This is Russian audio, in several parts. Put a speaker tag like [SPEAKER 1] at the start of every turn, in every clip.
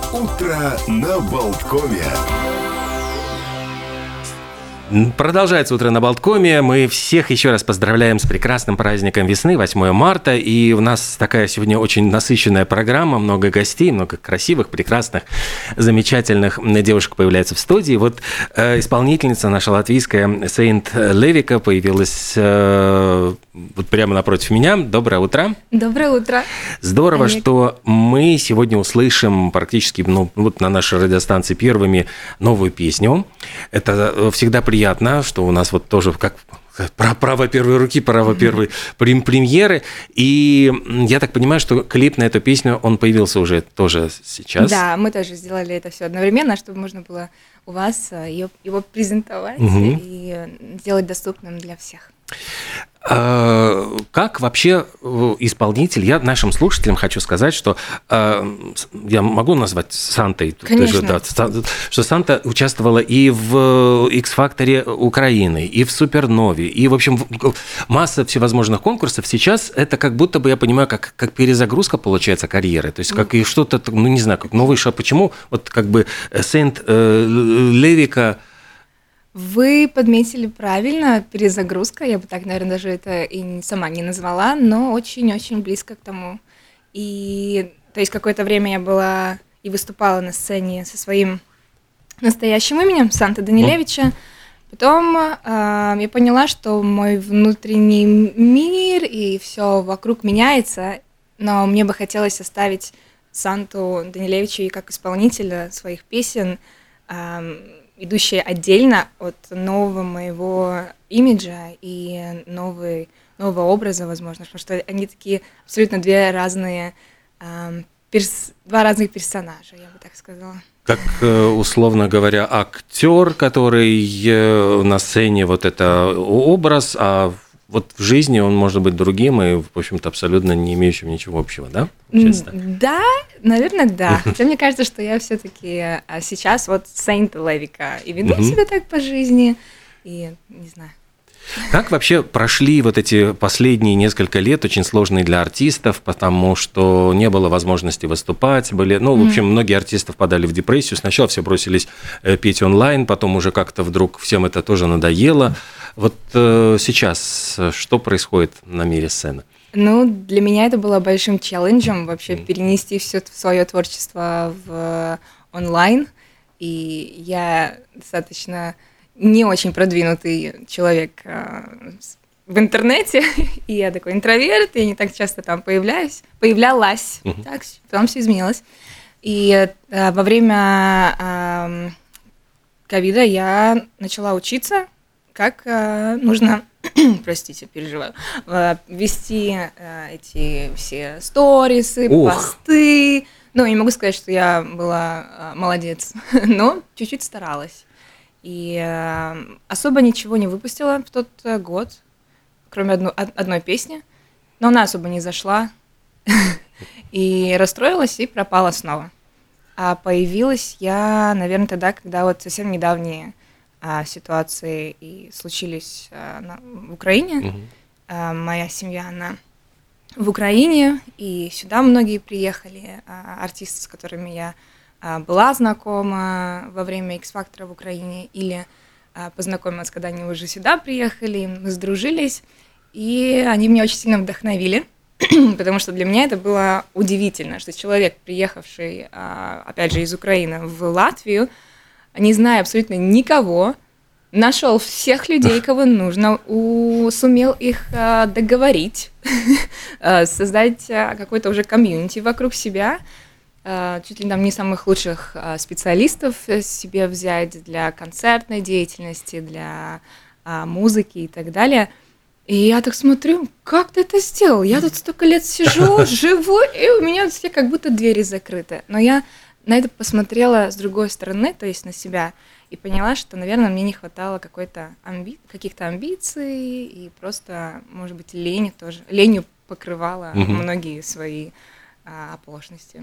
[SPEAKER 1] Утро на Болткоме.
[SPEAKER 2] Продолжается «Утро на Болткоме». Мы всех еще раз поздравляем с прекрасным праздником весны, 8 марта. И у нас такая сегодня очень насыщенная программа, много гостей, много красивых, прекрасных, замечательных девушек появляется в студии. Вот исполнительница наша латвийская Сейнт Левика появилась вот прямо напротив меня. Доброе утро.
[SPEAKER 3] Доброе утро.
[SPEAKER 2] Здорово, что мы сегодня услышим практически вот на нашей радиостанции первыми новую песню. Это всегда приятно, что у нас вот тоже как право первой руки, право первой премьеры. И я так понимаю, что клип на эту песню, он появился уже тоже сейчас.
[SPEAKER 3] Да, мы тоже сделали это все одновременно, чтобы можно было у вас его презентовать и сделать доступным для всех.
[SPEAKER 2] Как вообще исполнитель, я нашим слушателям хочу сказать, что я могу назвать Сантой,
[SPEAKER 3] конечно,
[SPEAKER 2] что Санта участвовала и в X-Factor Украины, и в Супернове, и, в общем, масса всевозможных конкурсов. Сейчас это как будто бы, я понимаю, как перезагрузка получается карьеры, то есть как и что-то, не знаю, как новый шаг. Почему вот как бы Сейнт Левика...
[SPEAKER 3] Вы подметили правильно, перезагрузка, я бы так, наверное, даже это и сама не назвала, но очень-очень близко к тому. И, то есть, какое-то время я была и выступала на сцене со своим настоящим именем, Санта Данилевича. Потом я поняла, что мой внутренний мир и все вокруг меняется, но мне бы хотелось оставить Санту Данилевича и как исполнителя своих песен, идущие отдельно от нового моего имиджа и нового образа, возможно, потому что они такие абсолютно два разных персонажа, я бы так сказала.
[SPEAKER 2] Как, условно говоря, актер, который на сцене вот это образ, а вот в жизни он может быть другим и, в общем-то, абсолютно не имеющим ничего общего, да?
[SPEAKER 3] Да, наверное, да. Хотя мне кажется, что я все-таки сейчас вот Сейнт Левика и веду себя так по жизни, и не знаю.
[SPEAKER 2] Как вообще прошли вот эти последние несколько лет, очень сложные для артистов, потому что не было возможности выступать, в общем, многие артисты впадали в депрессию, сначала все бросились петь онлайн, потом уже как-то вдруг всем это тоже надоело. Вот сейчас что происходит на мире сцены?
[SPEAKER 3] Для меня это было большим челленджем вообще перенести все свое творчество в онлайн, и я достаточно не очень продвинутый человек в интернете, и я такой интроверт, я не так часто там появлялась, так, потом все изменилось. И во время ковида я начала учиться, как нужно, простите, переживаю, вести эти все сторисы, посты. Не могу сказать, что я была молодец, но чуть-чуть старалась. И особо ничего не выпустила в тот год, кроме одной песни, но она особо не зашла, и расстроилась, и пропала снова. А появилась я, наверное, тогда, когда вот совсем недавние ситуации и случились в Украине. Моя семья, она в Украине, и сюда многие приехали, артисты, с которыми я была знакома во время X-Factor в Украине, или познакомилась, когда они уже сюда приехали, мы сдружились, и они меня очень сильно вдохновили, потому что для меня это было удивительно, что человек, приехавший, опять же, из Украины в Латвию, не зная абсолютно никого, нашел всех людей, кого нужно, сумел их договорить, создать какой-то уже комьюнити вокруг себя, чуть ли там не самых лучших специалистов себе взять для концертной деятельности, для музыки и так далее. И я так смотрю, как ты это сделал? Я тут столько лет сижу, живу, и у меня все как будто двери закрыты. Но я на это посмотрела с другой стороны, то есть на себя, и поняла, что, наверное, мне не хватало каких-то амбиций, и просто, может быть, ленью покрывала многие свои оплошности.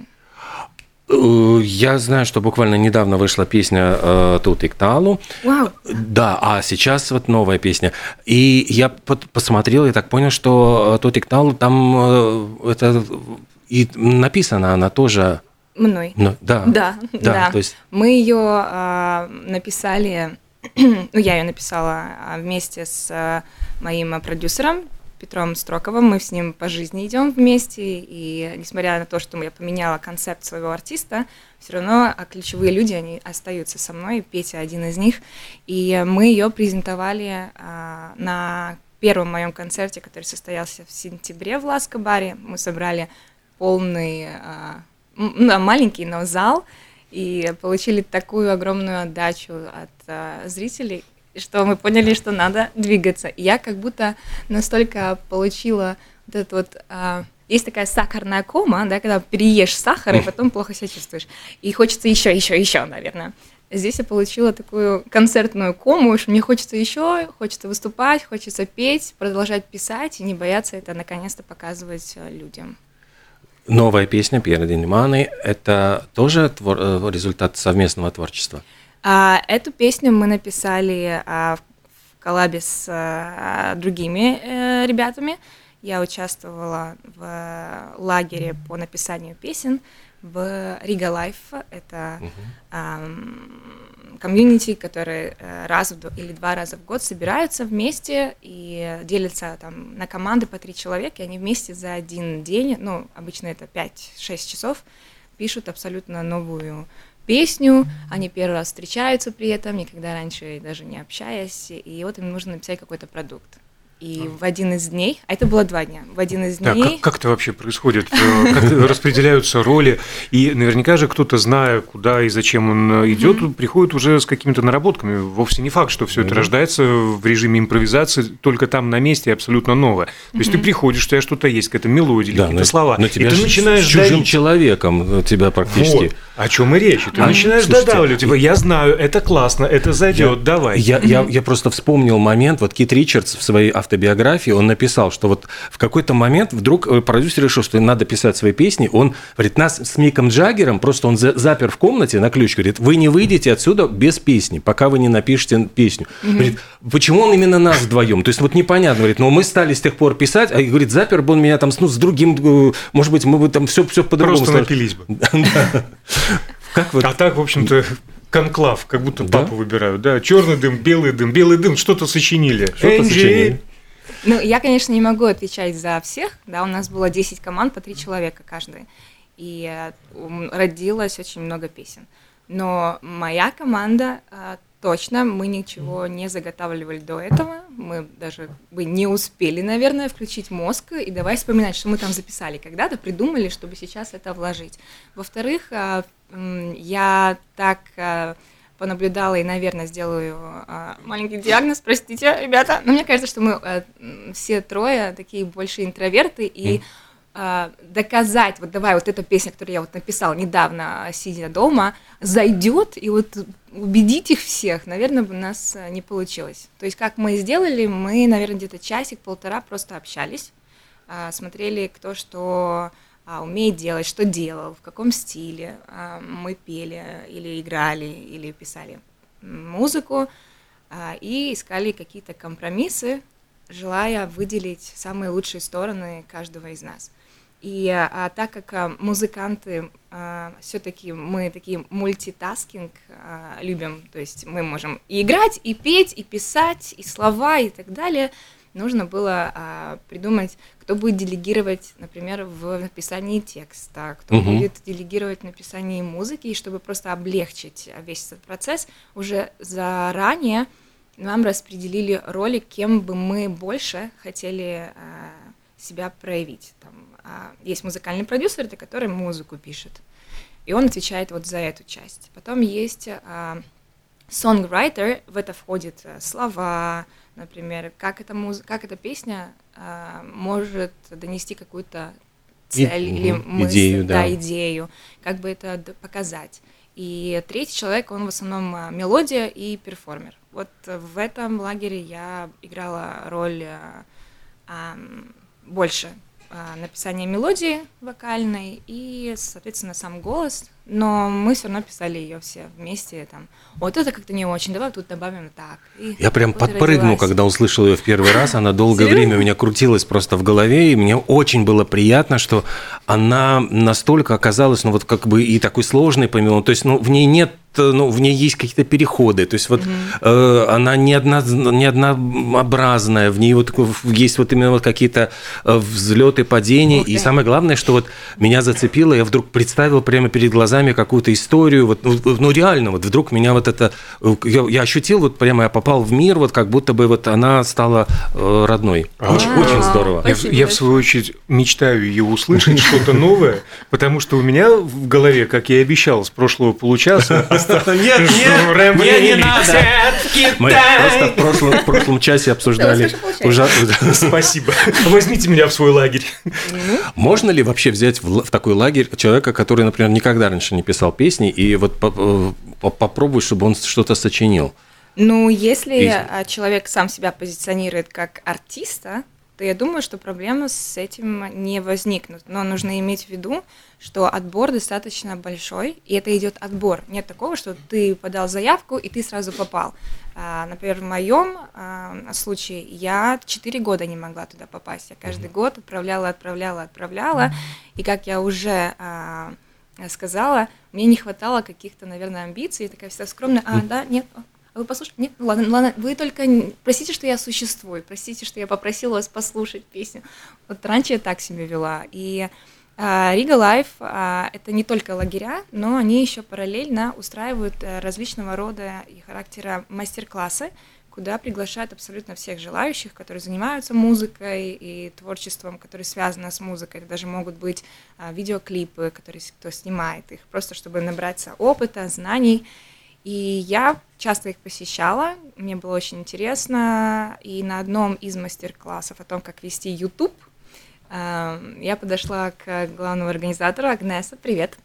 [SPEAKER 2] Я знаю, что буквально недавно вышла песня «Тут и кталу».
[SPEAKER 3] Вау!
[SPEAKER 2] Да, а сейчас вот новая песня. И я посмотрел и так понял, что «Тут и кталу» там это и написана она тоже
[SPEAKER 3] Мной.
[SPEAKER 2] Да.
[SPEAKER 3] Да.
[SPEAKER 2] То есть...
[SPEAKER 3] Мы ее написали, я ее написала вместе с моим продюсером Петром Строковым. Мы с ним по жизни идем вместе, и несмотря на то, что я поменяла концепт своего артиста, все равно ключевые люди, они остаются со мной, Петя один из них, и мы ее презентовали на первом моем концерте, который состоялся в сентябре в Ласка-баре. Мы собрали полный, маленький, но зал, и получили такую огромную отдачу от зрителей, что мы поняли, что надо двигаться. И я как будто настолько получила вот это вот... есть такая сахарная кома, да, когда переешь сахар, и потом плохо себя чувствуешь. И хочется еще, наверное. Здесь я получила такую концертную кому, что мне хочется еще, хочется выступать, хочется петь, продолжать писать и не бояться это наконец-то показывать людям.
[SPEAKER 2] Новая песня «Передень Маны» — это тоже результат совместного творчества?
[SPEAKER 3] Эту песню мы написали в коллабе с другими ребятами. Я участвовала в лагере по написанию песен в Рига Лайф. Это комьюнити, которые раз или 2 раза в год собираются вместе и делятся там на команды по 3 человека, и они вместе за один день, обычно это 5-6 часов, пишут абсолютно новую песню, они первый раз встречаются при этом, никогда раньше даже не общаясь, и вот им нужно написать какой-то продукт. И в один из дней, а это было 2 дня, в один из дней...
[SPEAKER 4] Как это вообще происходит? Как распределяются роли? И наверняка же кто-то, зная, куда и зачем он идет, приходит уже с какими-то наработками. Вовсе не факт, что все это рождается в режиме импровизации, только там на месте абсолютно новое. То есть ты приходишь, у тебя что-то есть, какая-то мелодия, какие-то слова,
[SPEAKER 2] но
[SPEAKER 4] и ты начинаешь
[SPEAKER 2] с чужим человеком тебя практически...
[SPEAKER 4] Вот. О чем и речь. Ты начинаешь додавливать. Я знаю, это классно, это зайдет, давай.
[SPEAKER 2] Я просто вспомнил момент, вот Кит Ричардс в своей автобиографии, он написал, что вот в какой-то момент вдруг продюсер решил, что надо писать свои песни, он говорит, нас с Миком Джаггером, просто он запер в комнате на ключ, говорит, вы не выйдете отсюда без песни, пока вы не напишете песню. Говорит, почему он именно нас вдвоем? То есть вот непонятно, говорит, но мы стали с тех пор писать, а говорит, запер бы он меня там с другим, может быть, мы бы там все по-другому.
[SPEAKER 4] Просто напились бы. А так, в общем-то, конклав, как будто папу выбирают, да, черный дым, белый дым, что-то сочинили.
[SPEAKER 3] Я, конечно, не могу отвечать за всех, да, у нас было 10 команд по 3 человека каждый, и родилось очень много песен, но моя команда, точно, мы ничего не заготавливали до этого, мы даже не успели, наверное, включить мозг и давай вспоминать, что мы там записали когда-то, придумали, чтобы сейчас это вложить. Во-вторых, я так понаблюдала и, наверное, сделаю маленький диагноз, простите, ребята, но мне кажется, что мы все 3 такие больше интроверты, и доказать, вот давай, вот эта песня, которую я вот написала недавно, сидя дома, зайдет, и вот убедить их всех, наверное, бы у нас не получилось. То есть как мы сделали, мы, наверное, где-то часик-полтора просто общались, смотрели, кто что умеет делать, что делал, в каком стиле мы пели или играли, или писали музыку, и искали какие-то компромиссы, желая выделить самые лучшие стороны каждого из нас. И так как музыканты, все-таки мы такие мультитаскинг любим, то есть мы можем и играть, и петь, и писать, и слова, и так далее, нужно было придумать, кто будет делегировать, например, в написании текста, кто будет делегировать в написании музыки, и чтобы просто облегчить весь этот процесс, уже заранее нам распределили роли, кем бы мы больше хотели себя проявить. Там, есть музыкальный продюсер, это который музыку пишет, и он отвечает вот за эту часть. Потом есть songwriter, в это входит слова, например, как эта песня может донести какую-то цель или мысль, идею, как бы это показать. И 3-й человек, он в основном мелодия и перформер. Вот в этом лагере я играла роль больше написания мелодии вокальной и, соответственно, сам голос, но мы все равно писали ее все вместе. Там, вот это как-то не очень, давай тут добавим так. И
[SPEAKER 2] Я прям
[SPEAKER 3] вот
[SPEAKER 2] подпрыгнул, когда услышал ее в первый раз. Она долгое
[SPEAKER 3] Серьезно?
[SPEAKER 2] время у меня крутилась просто в голове, и мне очень было приятно, что она настолько оказалась, ну вот как бы и такой сложной помимо, то есть, ну в ней нет, ну в ней есть какие-то переходы, то есть вот она не однообразная, в ней вот есть вот именно вот какие-то взлеты, падения, и самое главное, что вот меня зацепило, я вдруг представил прямо перед глазами какую-то историю, вот, ну реально, вот вдруг меня вот это, я ощутил, вот прямо я попал в мир, вот как будто бы вот она стала родной. Очень здорово.
[SPEAKER 4] Я в свою очередь мечтаю ее услышать, что-то новое, потому что у меня в голове, как я и обещал с прошлого получаса,
[SPEAKER 2] Нет, не надо. Мы просто в прошлом часе обсуждали.
[SPEAKER 4] Спасибо. Возьмите меня в свой лагерь.
[SPEAKER 2] Можно ли вообще взять в такой лагерь человека, который, например, никогда раньше не писал песни, и вот попробуй, чтобы он что-то сочинил?
[SPEAKER 3] Ну, если человек сам себя позиционирует как артиста, то я думаю, что проблемы с этим не возникнут. Но нужно иметь в виду, что отбор достаточно большой, и это идет отбор. Нет такого, что ты подал заявку, и ты сразу попал. Например, в моем случае я 4 года не могла туда попасть. Я каждый год отправляла. И как я уже сказала, мне не хватало каких-то, наверное, амбиций. Такая вся скромная, да, нет, вы послушайте? Нет? Ну ладно, вы только простите, что я существую, простите, что я попросила вас послушать песню. Вот раньше я так себя вела. И Рига Лайф это не только лагеря, но они еще параллельно устраивают различного рода и характера мастер-классы, куда приглашают абсолютно всех желающих, которые занимаются музыкой и творчеством, которое связано с музыкой. Это даже могут быть видеоклипы, которые кто снимает их, просто чтобы набраться опыта, знаний. И я часто их посещала, мне было очень интересно, и на одном из мастер-классов о том, как вести YouTube, я подошла к главному организатору, Агнеса, привет.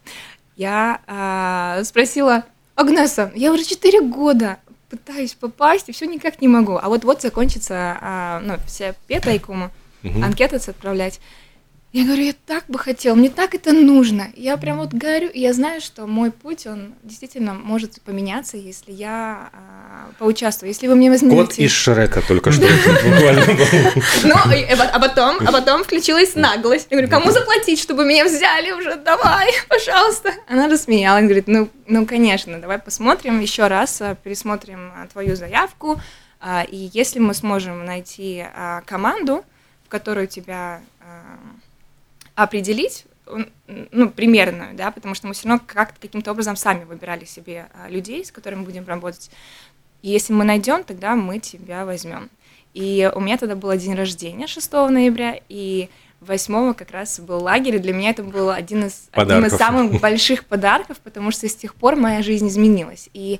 [SPEAKER 3] Я спросила, Агнеса, я уже 4 года пытаюсь попасть, и все никак не могу. А вот закончится вся петайкума, анкеты отправлять. Я говорю, я так бы хотела, мне так это нужно. Я прям вот горю, и я знаю, что мой путь, он действительно может поменяться, если я поучаствую. Если вы мне возьмете...
[SPEAKER 2] Кот из Шрека только что буквально был.
[SPEAKER 3] Ну, а потом включилась наглость. Я говорю, кому заплатить, чтобы меня взяли уже? Давай, пожалуйста. Она рассмеялась, говорит, ну, конечно, давай посмотрим еще раз, пересмотрим твою заявку. И если мы сможем найти команду, в которую тебя... определить, примерную, да, потому что мы все равно каким-то образом сами выбирали себе людей, с которыми будем работать. И если мы найдем, тогда мы тебя возьмем. И у меня тогда был день рождения 6 ноября, и 8 как раз был лагерь, и для меня это был один из самых больших подарков, потому что с тех пор моя жизнь изменилась. И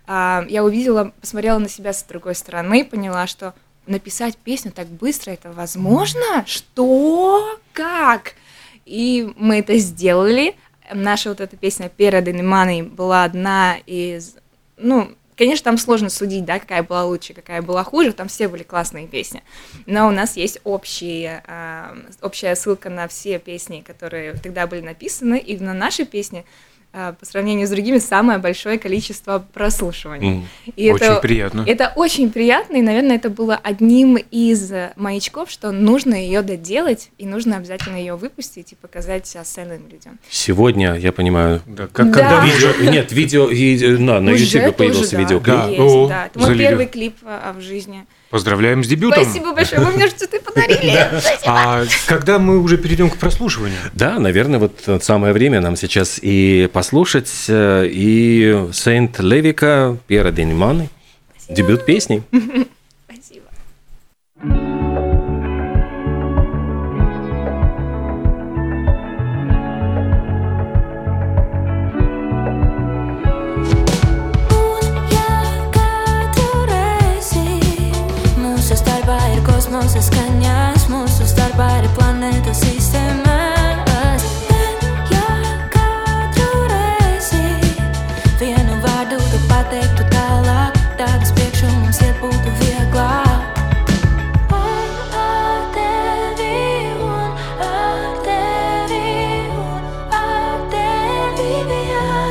[SPEAKER 3] я посмотрела на себя с другой стороны, поняла, что написать песню так быстро, это возможно? Что? Как? И мы это сделали. Наша вот эта песня «Пера Денеманы» была одна из... конечно, там сложно судить, да, какая была лучше, какая была хуже, там все были классные песни. Но у нас есть общая ссылка на все песни, которые тогда были написаны, и на наши песни по сравнению с другими самое большое количество прослушиваний. И
[SPEAKER 4] очень приятно.
[SPEAKER 3] Это очень приятно, и, наверное, это было одним из маячков, что нужно ее доделать, и нужно обязательно ее выпустить и показать остальным людям.
[SPEAKER 2] Сегодня, я понимаю,
[SPEAKER 3] когда
[SPEAKER 2] видео, на YouTube появился видеоклип.
[SPEAKER 3] Да, это мой первый клип в жизни.
[SPEAKER 4] Поздравляем с дебютом.
[SPEAKER 3] Спасибо большое, вы мне что-то подарили.
[SPEAKER 4] А когда мы уже перейдем к прослушиванию?
[SPEAKER 2] Да, наверное, вот самое время нам сейчас и послушать и Сейнт Левика «Пера Денеманы», дебют песни.
[SPEAKER 3] Спасибо.
[SPEAKER 5] Mūsu skaņās, mūsu starpā ir planētas sistēmas. Ja katru reizi vienu vārdu tu pateiktu tālāk, tad uz priekšu mums iet būtu vieglāk. Ar tevi un ar tevi un ar tevi vien.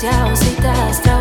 [SPEAKER 5] jāuzsitās.